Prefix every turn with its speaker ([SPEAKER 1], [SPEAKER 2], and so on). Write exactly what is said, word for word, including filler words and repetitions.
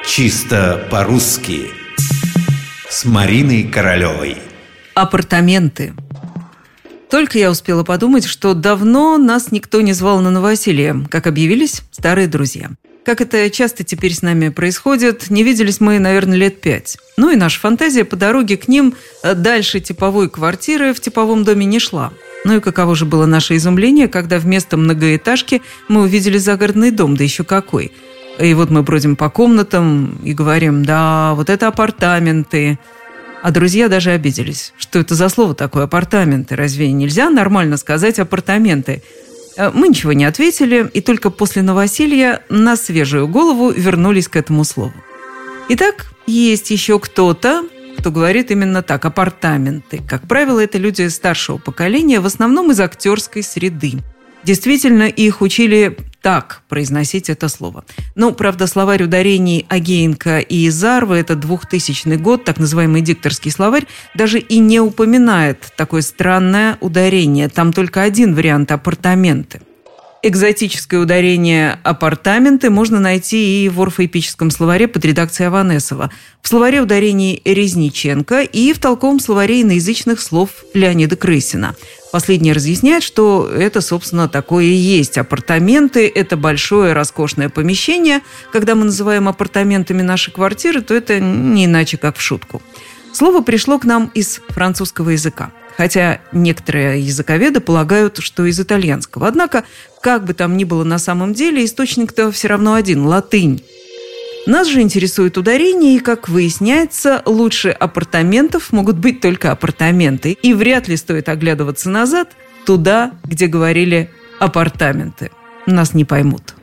[SPEAKER 1] Чисто по-русски с Мариной Королевой.
[SPEAKER 2] Апартаменты. Только я успела подумать, что давно нас никто не звал на новоселье, как объявились старые друзья. Как это часто теперь с нами происходит, не виделись мы, наверное, лет пять. Ну и наша фантазия по дороге к ним дальше типовой квартиры в типовом доме не шла. Ну и каково же было наше изумление, когда вместо многоэтажки мы увидели загородный дом, да еще какой. И вот мы бродим по комнатам и говорим: да, вот это апартаменты. А друзья даже обиделись. Что это за слово такое, апартаменты? Разве нельзя нормально сказать апартаменты? Мы ничего не ответили, и только после новоселья на свежую голову вернулись к этому слову. Итак, есть еще кто-то, кто говорит именно так, апартаменты. Как правило, это люди старшего поколения, в основном из актерской среды. Действительно, их учили так произносить это слово. Ну, правда, словарь ударений Агеенко и Изарвы, это двухтысячный год, так называемый дикторский словарь, даже и не упоминает такое странное ударение. Там только один вариант – апартаменты. Экзотическое ударение «апартаменты» можно найти и в орфоэпическом словаре под редакцией Аванесова, в словаре ударений Резниченко и в толковом словаре иноязычных слов Леонида Крысина. Последний разъясняет, что это, собственно, такое и есть. Апартаменты – это большое роскошное помещение. Когда мы называем апартаментами наши квартиры, то это не иначе, как в шутку. Слово пришло к нам из французского языка. Хотя некоторые языковеды полагают, что из итальянского. Однако, как бы там ни было на самом деле, источник-то все равно один – латынь. Нас же интересует ударение, и, как выясняется, лучше апартаментов могут быть только апартаменты. И вряд ли стоит оглядываться назад, туда, где говорили апартаменты. Нас не поймут.